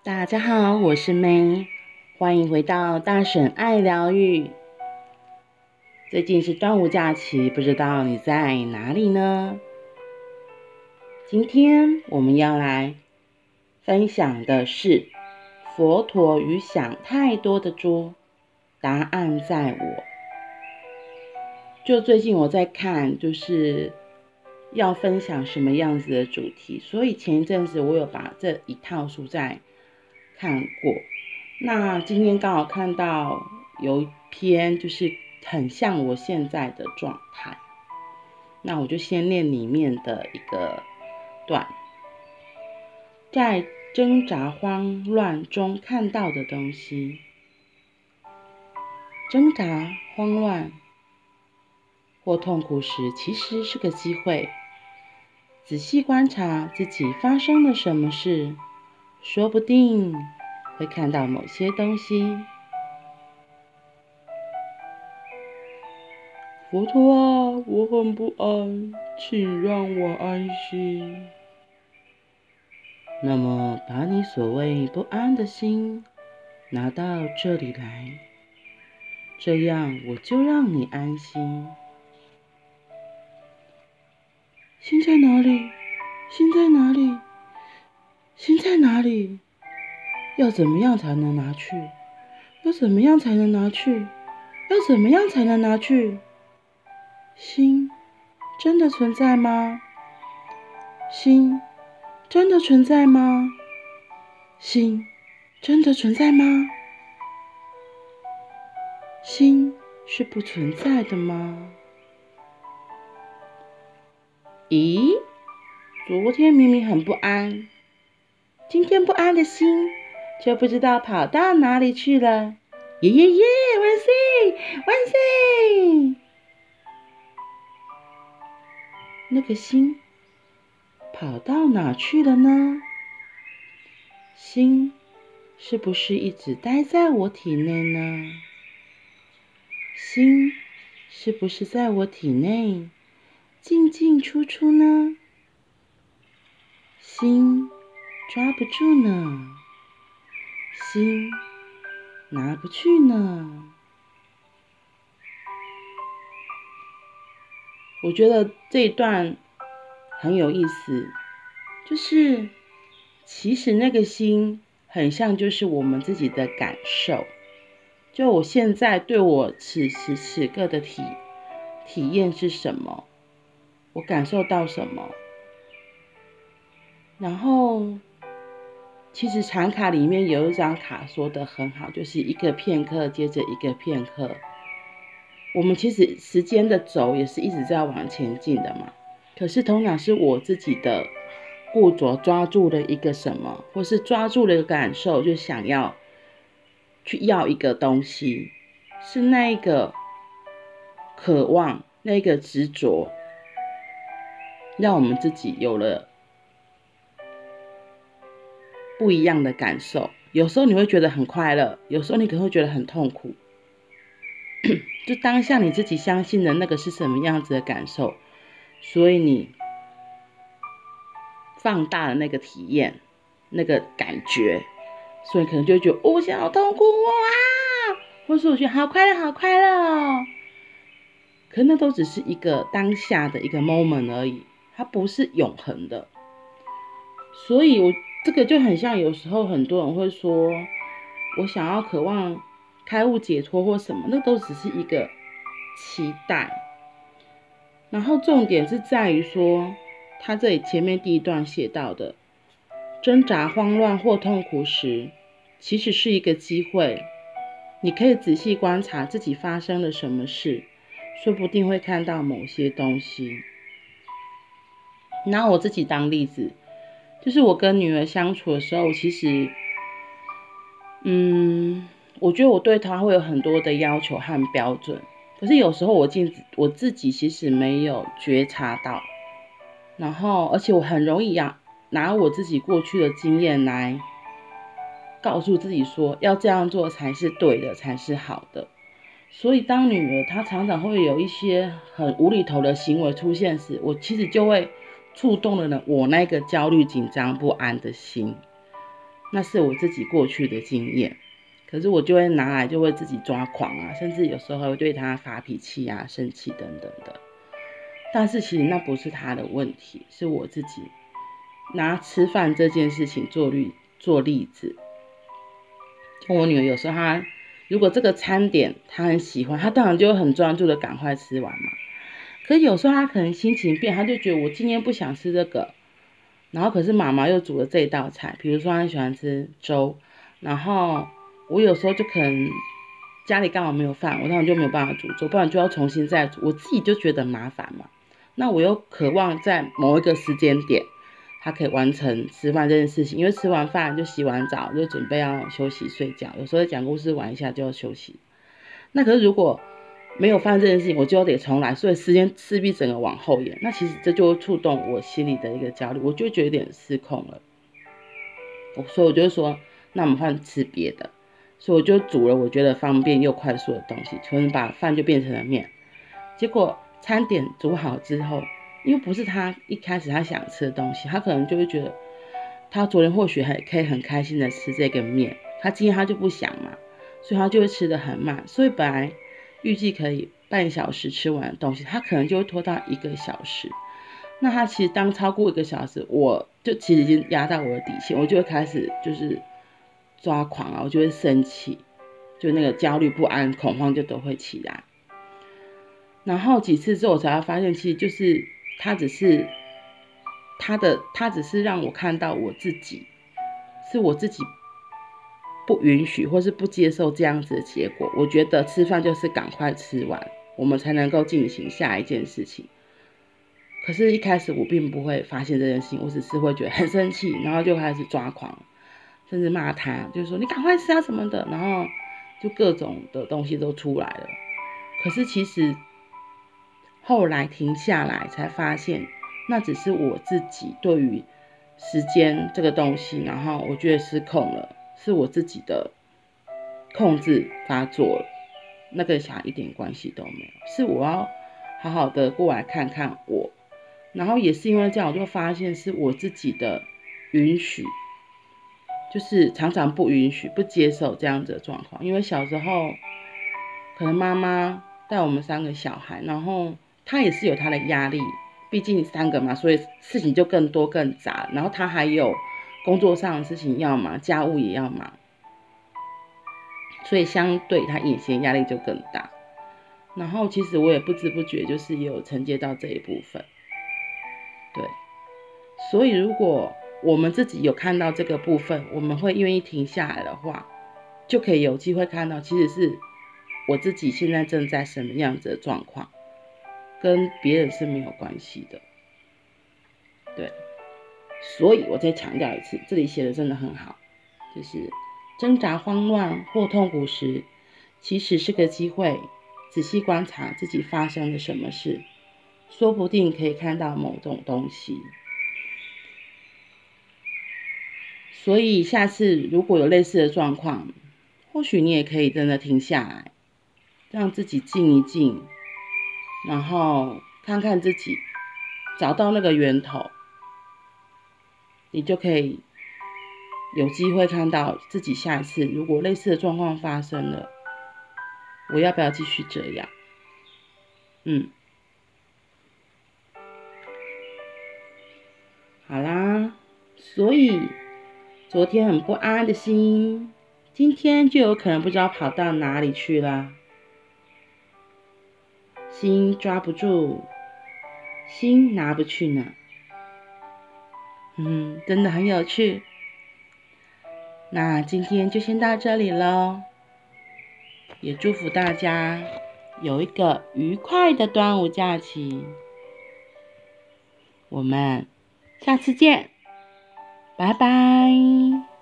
大家好，我是 May， 欢迎回到大婶爱疗愈。最近是端午假期，不知道你在哪里呢？今天我们要来分享的是佛陀与想太多的猪，答案在我。就最近我在看，就是要分享什么样子的主题，所以前一阵子我有把这一套书在看过。那今天刚好看到有一篇就是很像我现在的状态，那我就先念里面的一个段。在挣扎慌乱中看到的东西。挣扎慌乱或痛苦时，其实是个机会。仔细观察自己发生了什么事，说不定会看到某些东西。佛陀啊，我很不安，请让我安心。那么，把你所谓不安的心拿到这里来，这样我就让你安心。心在哪里？心在哪里？心在哪里？要怎么样才能拿去？要怎么样才能拿去？要怎么样才能拿去？心真的存在吗？心真的存在吗？心真的存在吗？心是不存在的吗？咦，昨天明明很不安，今天不安的心却不知道跑到哪里去了。耶耶耶，万岁万岁！那个心跑到哪去了呢？心是不是一直待在我体内呢？心是不是在我体内进进出出呢？心抓不住呢，心拿不去呢。我觉得这一段很有意思，就是其实那个心很像就是我们自己的感受，就我现在对我此时此刻的体验是什么，我感受到什么。然后其实禅卡里面有一张卡说得很好，就是一个片刻接着一个片刻。我们其实时间的轴也是一直在往前进的嘛，可是通常是我自己的固着抓住了一个什么，或是抓住了一个感受，就想要去要一个东西，是那一个渴望，那个执着，让我们自己有了不一样的感受。有时候你会觉得很快乐，有时候你可能会觉得很痛苦。就当下你自己相信的那个是什么样子的感受，所以你放大了那个体验，那个感觉，所以可能就会觉得我现在好痛苦啊，或是我觉得好快乐好快乐哦。可那都只是一个当下的一个 moment 而已，它不是永恒的。所以这个就很像有时候很多人会说，我想要渴望开悟解脱或什么，那都只是一个期待。然后重点是在于说，他这里前面第一段写到的，挣扎慌乱或痛苦时，其实是一个机会。你可以仔细观察自己发生了什么事，说不定会看到某些东西。拿我自己当例子，就是我跟女儿相处的时候，其实我觉得我对她会有很多的要求和标准，可是有时候我自己其实没有觉察到，然后而且我很容易拿我自己过去的经验来告诉自己说要这样做才是对的，才是好的。所以当女儿她常常会有一些很无厘头的行为出现时，我其实就会触动了我那个焦虑紧张不安的心。 那是我自己过去的经验，可是我就会拿来就会自己抓狂啊，甚至有时候会对他发脾气啊、生气等等的。但是其实那不是他的问题，是我自己拿吃饭这件事情做例子。我女儿有时候她如果这个餐点她很喜欢，她当然就会很专注的赶快吃完嘛。可是有时候她可能心情变，她就觉得我今天不想吃这个，然后可是妈妈又煮了这一道菜，比如说她喜欢吃粥，然后我有时候就可能家里刚好没有饭，我当然就没有办法煮粥，不然就要重新再煮，我自己就觉得麻烦嘛。那我又渴望在某一个时间点，他可以完成吃饭这件事情，因为吃完饭就洗完澡，就准备要休息睡觉，有时候讲故事玩一下就要休息。那可是如果没有发生这件事情，我就得重来，所以时间势必整个往后延。那其实这就会触动我心里的一个焦虑，我就觉得有点失控了。所以我就说，那我们换吃别的。所以我就煮了我觉得方便又快速的东西，可能把饭就变成了面。结果餐点煮好之后，因为不是他一开始他想吃的东西，他可能就会觉得，他昨天或许还可以很开心的吃这个面，他今天他就不想嘛，所以他就会吃得很慢。所以本来预计可以半小时吃完的东西，他可能就会拖到1个小时。那他其实当超过1个小时，我就其实已经压到我的底线，我就会开始就是抓狂啊，我就会生气，就那个焦虑不安恐慌就都会起来。然后几次之后我才发现，其实就是他只是让我看到我自己，是我自己不允许或是不接受这样子的结果。我觉得吃饭就是赶快吃完，我们才能够进行下一件事情。可是一开始我并不会发现这件事情，我只是会觉得很生气，然后就开始抓狂，甚至骂他，就是说你赶快吃啊什么的，然后就各种的东西都出来了。可是其实后来停下来才发现，那只是我自己对于时间这个东西，然后我觉得失控了，是我自己的控制发作了，那跟小孩一点关系都没有，是我要好好的过来看看我。然后也是因为这样，我就发现是我自己的允许，就是常常不允许、不接受这样子的状况。因为小时候可能妈妈带我们3个小孩，然后她也是有她的压力，毕竟3个嘛，所以事情就更多更杂。然后她还有工作上的事情要忙，家务也要忙，所以相对她隐形压力就更大。然后其实我也不知不觉就是也有承接到这一部分。对，所以如果我们自己有看到这个部分，我们会愿意停下来的话，就可以有机会看到其实是我自己现在正在什么样子的状况，跟别人是没有关系的。对，所以我再强调一次，这里写的真的很好，就是挣扎慌乱或痛苦时，其实是个机会，仔细观察自己发生了什么事，说不定可以看到某种东西。所以下次如果有类似的状况，或许你也可以真的停下来，让自己静一静，然后看看自己，找到那个源头，你就可以有机会看到自己下一次如果类似的状况发生了，我要不要继续这样？好啦，所以昨天很不安的心，今天就有可能不知道跑到哪里去啦。心抓不住，心拿不去呢。真的很有趣。那今天就先到这里咯，也祝福大家有一个愉快的端午假期。我们下次见，拜拜。